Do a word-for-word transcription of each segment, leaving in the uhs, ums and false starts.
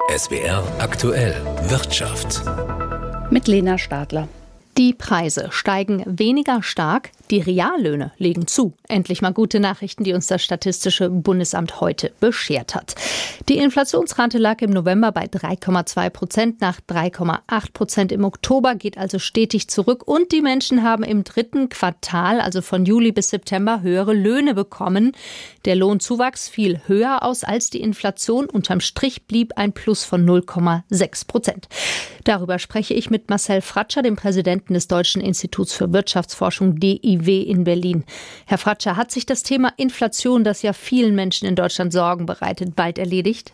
S W R aktuell Wirtschaft. Mit Lena Stadler. Die Preise steigen weniger stark, die Reallöhne legen zu. Endlich mal gute Nachrichten, die uns das Statistische Bundesamt heute beschert hat. Die Inflationsrate lag im November bei drei Komma zwei Prozent, nach drei Komma acht Prozent im Oktober, geht also stetig zurück. Und die Menschen haben im dritten Quartal, also von Juli bis September, höhere Löhne bekommen. Der Lohnzuwachs fiel höher aus als die Inflation. Unterm Strich blieb ein Plus von null Komma sechs Prozent. Darüber spreche ich mit Marcel Fratscher, dem Präsidenten des Deutschen Instituts für Wirtschaftsforschung D I W in Berlin. Herr Fratscher, hat sich das Thema Inflation, das ja vielen Menschen in Deutschland Sorgen bereitet, bald erledigt?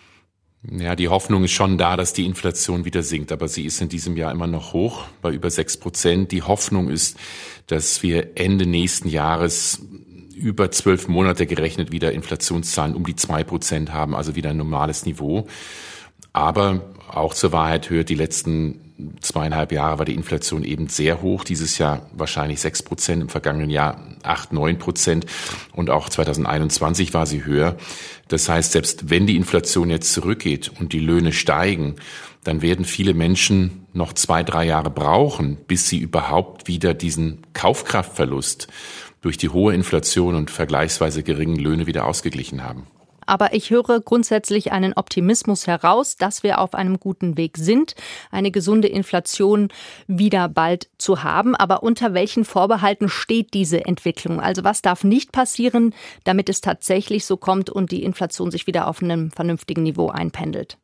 Ja, die Hoffnung ist schon da, dass die Inflation wieder sinkt, aber sie ist in diesem Jahr immer noch hoch, bei über sechs Prozent. Die Hoffnung ist, dass wir Ende nächsten Jahres über zwölf Monate gerechnet wieder Inflationszahlen um die zwei Prozent haben, also wieder ein normales Niveau. Aber auch zur Wahrheit gehört, die letzten zweieinhalb Jahre war die Inflation eben sehr hoch. Dieses Jahr wahrscheinlich sechs Prozent, im vergangenen Jahr acht, neun Prozent und auch zweitausendeinundzwanzig war sie höher. Das heißt, selbst wenn die Inflation jetzt zurückgeht und die Löhne steigen, dann werden viele Menschen noch zwei, drei Jahre brauchen, bis sie überhaupt wieder diesen Kaufkraftverlust durch die hohe Inflation und vergleichsweise geringen Löhne wieder ausgeglichen haben. Aber ich höre grundsätzlich einen Optimismus heraus, dass wir auf einem guten Weg sind, eine gesunde Inflation wieder bald zu haben. Aber unter welchen Vorbehalten steht diese Entwicklung? Also was darf nicht passieren, damit es tatsächlich so kommt und die Inflation sich wieder auf einem vernünftigen Niveau einpendelt?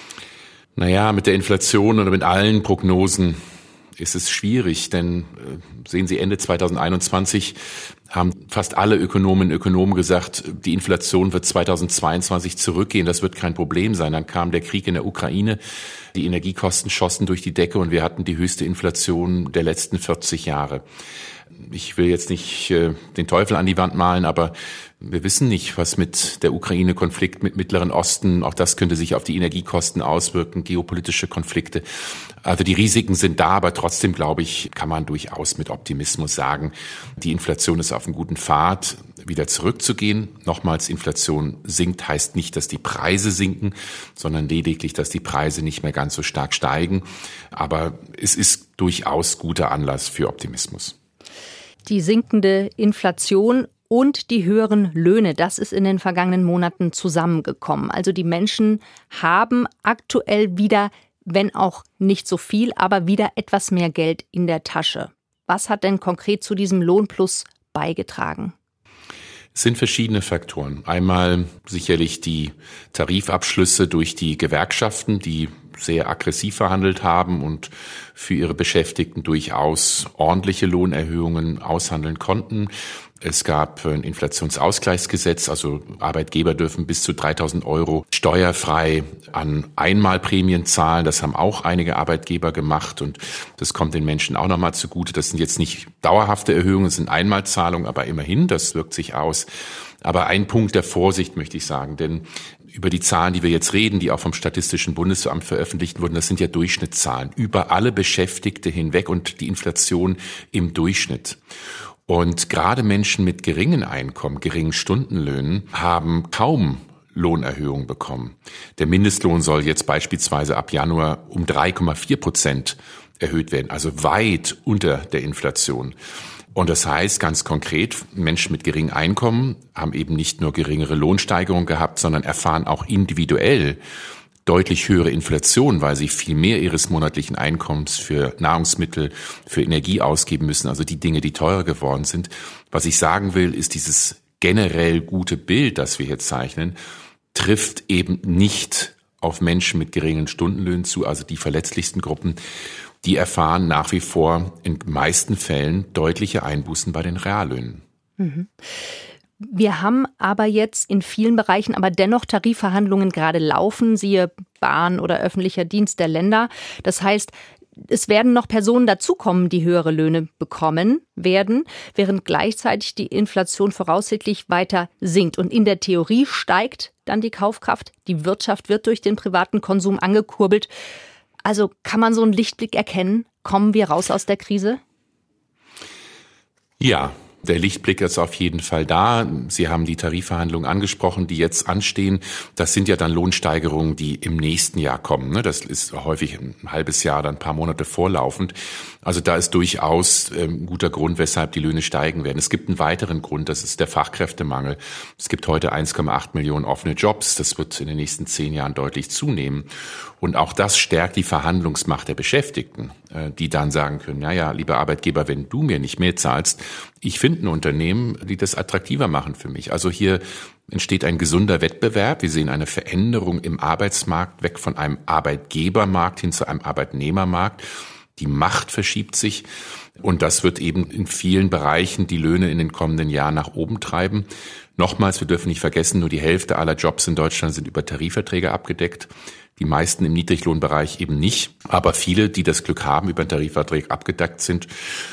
Naja, mit der Inflation oder mit allen Prognosen ist es schwierig, denn sehen Sie, Ende zweitausendeinundzwanzig haben fast alle Ökonominnen und Ökonomen gesagt, die Inflation wird zweitausendzweiundzwanzig zurückgehen, das wird kein Problem sein. Dann kam der Krieg in der Ukraine, die Energiekosten schossen durch die Decke und wir hatten die höchste Inflation der letzten vierzig Jahre. Ich will jetzt nicht äh, den Teufel an die Wand malen, aber wir wissen nicht, was mit der Ukraine-Konflikt, mit Mittleren Osten, auch das könnte sich auf die Energiekosten auswirken, geopolitische Konflikte. Also die Risiken sind da, aber trotzdem, glaube ich, kann man durchaus mit Optimismus sagen, die Inflation ist auf einem guten Pfad, wieder zurückzugehen. Nochmals, Inflation sinkt, heißt nicht, dass die Preise sinken, sondern lediglich, dass die Preise nicht mehr ganz so stark steigen. Aber es ist durchaus guter Anlass für Optimismus. Die sinkende Inflation und die höheren Löhne, das ist in den vergangenen Monaten zusammengekommen. Also die Menschen haben aktuell wieder, wenn auch nicht so viel, aber wieder etwas mehr Geld in der Tasche. Was hat denn konkret zu diesem Lohnplus beigetragen? Es sind verschiedene Faktoren. Einmal sicherlich die Tarifabschlüsse durch die Gewerkschaften, die sehr aggressiv verhandelt haben und für ihre Beschäftigten durchaus ordentliche Lohnerhöhungen aushandeln konnten. Es gab ein Inflationsausgleichsgesetz, also Arbeitgeber dürfen bis zu dreitausend Euro steuerfrei an Einmalprämien zahlen. Das haben auch einige Arbeitgeber gemacht und das kommt den Menschen auch nochmal zugute. Das sind jetzt nicht dauerhafte Erhöhungen, es sind Einmalzahlungen, aber immerhin, das wirkt sich aus. Aber ein Punkt der Vorsicht möchte ich sagen, denn über die Zahlen, die wir jetzt reden, die auch vom Statistischen Bundesamt veröffentlicht wurden, das sind ja Durchschnittszahlen über alle Beschäftigte hinweg und die Inflation im Durchschnitt. Und gerade Menschen mit geringen Einkommen, geringen Stundenlöhnen haben kaum Lohnerhöhung bekommen. Der Mindestlohn soll jetzt beispielsweise ab Januar um drei Komma vier Prozent erhöht werden, also weit unter der Inflation. Und das heißt ganz konkret, Menschen mit geringem Einkommen haben eben nicht nur geringere Lohnsteigerungen gehabt, sondern erfahren auch individuell deutlich höhere Inflation, weil sie viel mehr ihres monatlichen Einkommens für Nahrungsmittel, für Energie ausgeben müssen, also die Dinge, die teurer geworden sind. Was ich sagen will, ist dieses generell gute Bild, das wir hier zeichnen, trifft eben nicht auf Menschen mit geringen Stundenlöhnen zu, also die verletzlichsten Gruppen. Die erfahren nach wie vor in meisten Fällen deutliche Einbußen bei den Reallöhnen. Mhm. Wir haben aber jetzt in vielen Bereichen aber dennoch Tarifverhandlungen gerade laufen, siehe Bahn oder öffentlicher Dienst der Länder. Das heißt, es werden noch Personen dazukommen, die höhere Löhne bekommen werden, während gleichzeitig die Inflation voraussichtlich weiter sinkt. Und in der Theorie steigt dann die Kaufkraft. Die Wirtschaft wird durch den privaten Konsum angekurbelt. Also kann man so einen Lichtblick erkennen? Kommen wir raus aus der Krise? Ja, Der Lichtblick ist auf jeden Fall da. Sie haben die Tarifverhandlungen angesprochen, die jetzt anstehen. Das sind ja dann Lohnsteigerungen, die im nächsten Jahr kommen. Das ist häufig ein halbes Jahr, dann ein paar Monate vorlaufend. Also da ist durchaus ein guter Grund, weshalb die Löhne steigen werden. Es gibt einen weiteren Grund, das ist der Fachkräftemangel. Es gibt heute eins Komma acht Millionen offene Jobs. Das wird in den nächsten zehn Jahren deutlich zunehmen. Und auch das stärkt die Verhandlungsmacht der Beschäftigten, die dann sagen können, ja, ja, lieber Arbeitgeber, wenn du mir nicht mehr zahlst, ich finde ein Unternehmen, die das attraktiver machen für mich. Also hier entsteht ein gesunder Wettbewerb. Wir sehen eine Veränderung im Arbeitsmarkt, weg von einem Arbeitgebermarkt hin zu einem Arbeitnehmermarkt. Die Macht verschiebt sich und das wird eben in vielen Bereichen die Löhne in den kommenden Jahren nach oben treiben. Nochmals, wir dürfen nicht vergessen, nur die Hälfte aller Jobs in Deutschland sind über Tarifverträge abgedeckt. Die meisten im Niedriglohnbereich eben nicht. Aber viele, die das Glück haben, über einen Tarifvertrag abgedeckt sind,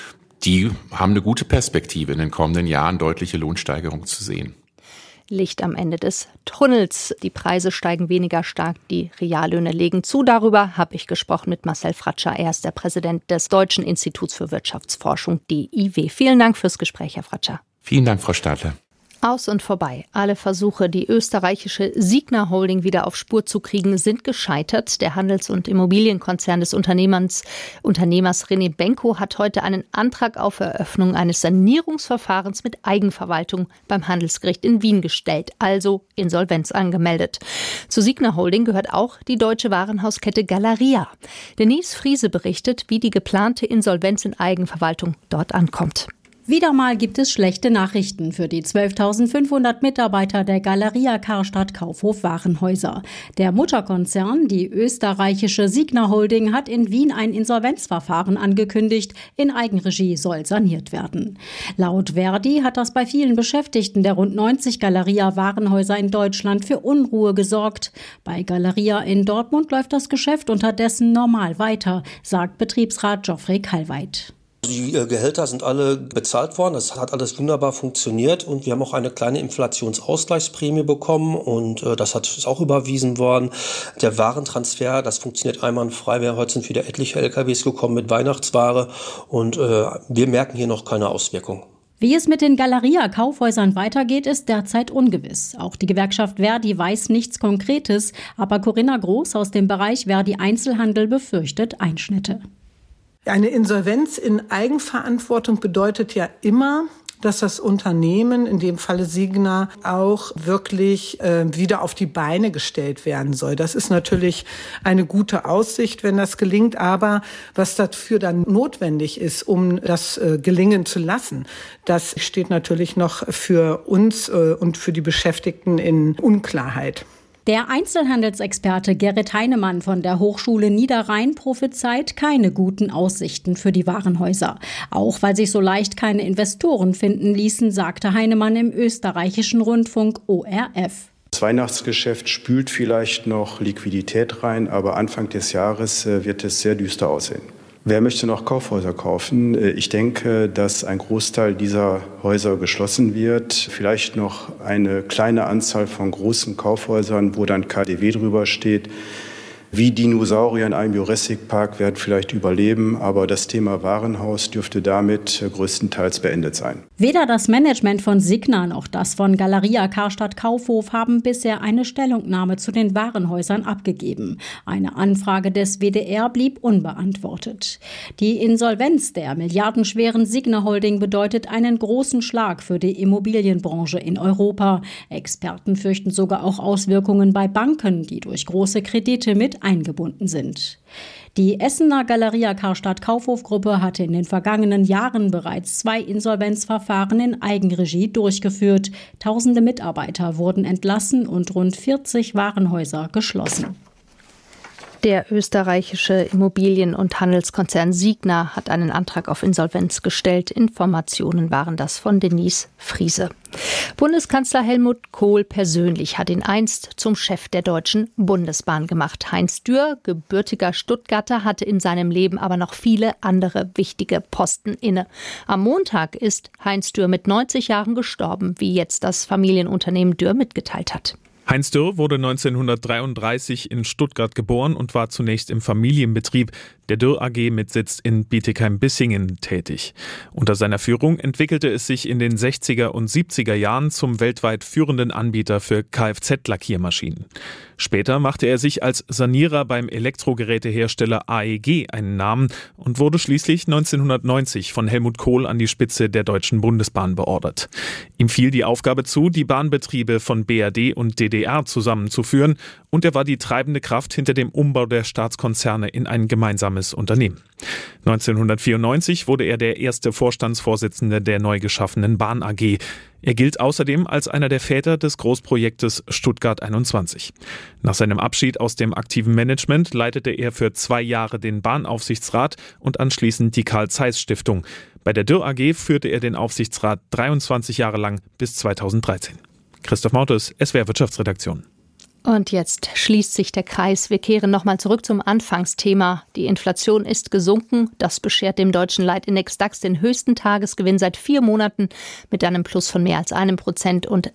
die haben eine gute Perspektive, in den kommenden Jahren deutliche Lohnsteigerungen zu sehen. Licht am Ende des Tunnels. Die Preise steigen weniger stark, die Reallöhne legen zu. Darüber habe ich gesprochen mit Marcel Fratscher. Er ist der Präsident des Deutschen Instituts für Wirtschaftsforschung, D I W. Vielen Dank fürs Gespräch, Herr Fratscher. Vielen Dank, Frau Stadler. Aus und vorbei. Alle Versuche, die österreichische Signa Holding wieder auf Spur zu kriegen, sind gescheitert. Der Handels- und Immobilienkonzern des Unternehmers, Unternehmers René Benko hat heute einen Antrag auf Eröffnung eines Sanierungsverfahrens mit Eigenverwaltung beim Handelsgericht in Wien gestellt, also Insolvenz angemeldet. Zu Signa Holding gehört auch die deutsche Warenhauskette Galeria. Denise Friese berichtet, wie die geplante Insolvenz in Eigenverwaltung dort ankommt. Wieder mal gibt es schlechte Nachrichten für die zwölftausendfünfhundert Mitarbeiter der Galeria Karstadt Kaufhof Warenhäuser. Der Mutterkonzern, die österreichische Signa Holding, hat in Wien ein Insolvenzverfahren angekündigt. In Eigenregie soll saniert werden. Laut Verdi hat das bei vielen Beschäftigten der rund neunzig Galeria Warenhäuser in Deutschland für Unruhe gesorgt. Bei Galeria in Dortmund läuft das Geschäft unterdessen normal weiter, sagt Betriebsrat Geoffrey Kallweit. Die Gehälter sind alle bezahlt worden, das hat alles wunderbar funktioniert und wir haben auch eine kleine Inflationsausgleichsprämie bekommen und äh, das hat, ist auch überwiesen worden. Der Warentransfer, das funktioniert einwandfrei. Wir, heute sind wieder etliche L K Ws gekommen mit Weihnachtsware und äh, wir merken hier noch keine Auswirkungen. Wie es mit den Galeria-Kaufhäusern weitergeht, ist derzeit ungewiss. Auch die Gewerkschaft Verdi weiß nichts Konkretes, aber Corinna Groß aus dem Bereich Verdi Einzelhandel befürchtet Einschnitte. Eine Insolvenz in Eigenverantwortung bedeutet ja immer, dass das Unternehmen, in dem Falle Signa, auch wirklich äh, wieder auf die Beine gestellt werden soll. Das ist natürlich eine gute Aussicht, wenn das gelingt. Aber was dafür dann notwendig ist, um das äh, gelingen zu lassen, das steht natürlich noch für uns äh, und für die Beschäftigten in Unklarheit. Der Einzelhandelsexperte Gerrit Heinemann von der Hochschule Niederrhein prophezeit keine guten Aussichten für die Warenhäuser. Auch weil sich so leicht keine Investoren finden ließen, sagte Heinemann im österreichischen Rundfunk O R F. Das Weihnachtsgeschäft spült vielleicht noch Liquidität rein, aber Anfang des Jahres wird es sehr düster aussehen. Wer möchte noch Kaufhäuser kaufen? Ich denke, dass ein Großteil dieser Häuser geschlossen wird. Vielleicht noch eine kleine Anzahl von großen Kaufhäusern, wo dann K D W drüber steht. Wie Dinosaurier in einem Jurassic Park werden vielleicht überleben, aber das Thema Warenhaus dürfte damit größtenteils beendet sein. Weder das Management von Signa noch das von Galeria Karstadt Kaufhof haben bisher eine Stellungnahme zu den Warenhäusern abgegeben. Eine Anfrage des W D R blieb unbeantwortet. Die Insolvenz der milliardenschweren Signa Holding bedeutet einen großen Schlag für die Immobilienbranche in Europa. Experten fürchten sogar auch Auswirkungen bei Banken, die durch große Kredite mit eingebunden sind. Die Essener Galeria Karstadt Kaufhof Gruppe hatte in den vergangenen Jahren bereits zwei Insolvenzverfahren in Eigenregie durchgeführt. Tausende Mitarbeiter wurden entlassen und rund vierzig Warenhäuser geschlossen. Der österreichische Immobilien- und Handelskonzern Signa hat einen Antrag auf Insolvenz gestellt. Informationen waren das von Denise Friese. Bundeskanzler Helmut Kohl persönlich hat ihn einst zum Chef der Deutschen Bundesbahn gemacht. Heinz Dürr, gebürtiger Stuttgarter, hatte in seinem Leben aber noch viele andere wichtige Posten inne. Am Montag ist Heinz Dürr mit neunzig Jahren gestorben, wie jetzt das Familienunternehmen Dürr mitgeteilt hat. Heinz Dürr wurde neunzehnhundertdreiunddreißig in Stuttgart geboren und war zunächst im Familienbetrieb der Dürr A G mit Sitz in Bietigheim-Bissingen tätig. Unter seiner Führung entwickelte es sich in den sechziger und siebziger Jahren zum weltweit führenden Anbieter für Kfz-Lackiermaschinen. Später machte er sich als Sanierer beim Elektrogerätehersteller A E G einen Namen und wurde schließlich neunzehnhundertneunzig von Helmut Kohl an die Spitze der Deutschen Bundesbahn beordert. Ihm fiel die Aufgabe zu, die Bahnbetriebe von B R D und D D R zusammenzuführen, und er war die treibende Kraft hinter dem Umbau der Staatskonzerne in ein gemeinsames Unternehmen. neunzehnhundertvierundneunzig wurde er der erste Vorstandsvorsitzende der neu geschaffenen Bahn A G. Er gilt außerdem als einer der Väter des Großprojektes Stuttgart einundzwanzig. Nach seinem Abschied aus dem aktiven Management leitete er für zwei Jahre den Bahnaufsichtsrat und anschließend die Carl-Zeiss-Stiftung. Bei der Dürr A G führte er den Aufsichtsrat dreiundzwanzig Jahre lang bis zweitausenddreizehn. Christoph Mautes, S W R Wirtschaftsredaktion. Und jetzt schließt sich der Kreis. Wir kehren nochmal zurück zum Anfangsthema. Die Inflation ist gesunken. Das beschert dem deutschen Leitindex DAX den höchsten Tagesgewinn seit vier Monaten mit einem Plus von mehr als einem Prozent und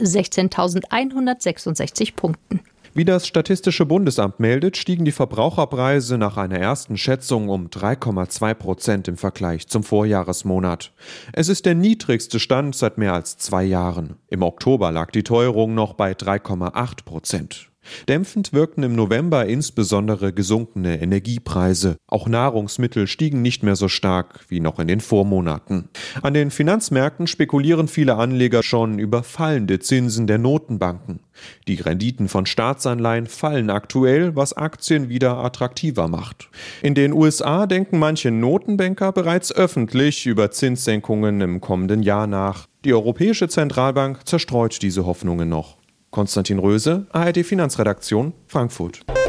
sechzehntausendeinhundertsechsundsechzig Punkten. Wie das Statistische Bundesamt meldet, stiegen die Verbraucherpreise nach einer ersten Schätzung um drei Komma zwei Prozent im Vergleich zum Vorjahresmonat. Es ist der niedrigste Stand seit mehr als zwei Jahren. Im Oktober lag die Teuerung noch bei drei Komma acht Prozent. Dämpfend wirkten im November insbesondere gesunkene Energiepreise. Auch Nahrungsmittel stiegen nicht mehr so stark wie noch in den Vormonaten. An den Finanzmärkten spekulieren viele Anleger schon über fallende Zinsen der Notenbanken. Die Renditen von Staatsanleihen fallen aktuell, was Aktien wieder attraktiver macht. In den U S A denken manche Notenbanker bereits öffentlich über Zinssenkungen im kommenden Jahr nach. Die Europäische Zentralbank zerstreut diese Hoffnungen noch. Konstantin Röse, A R D Finanzredaktion, Frankfurt.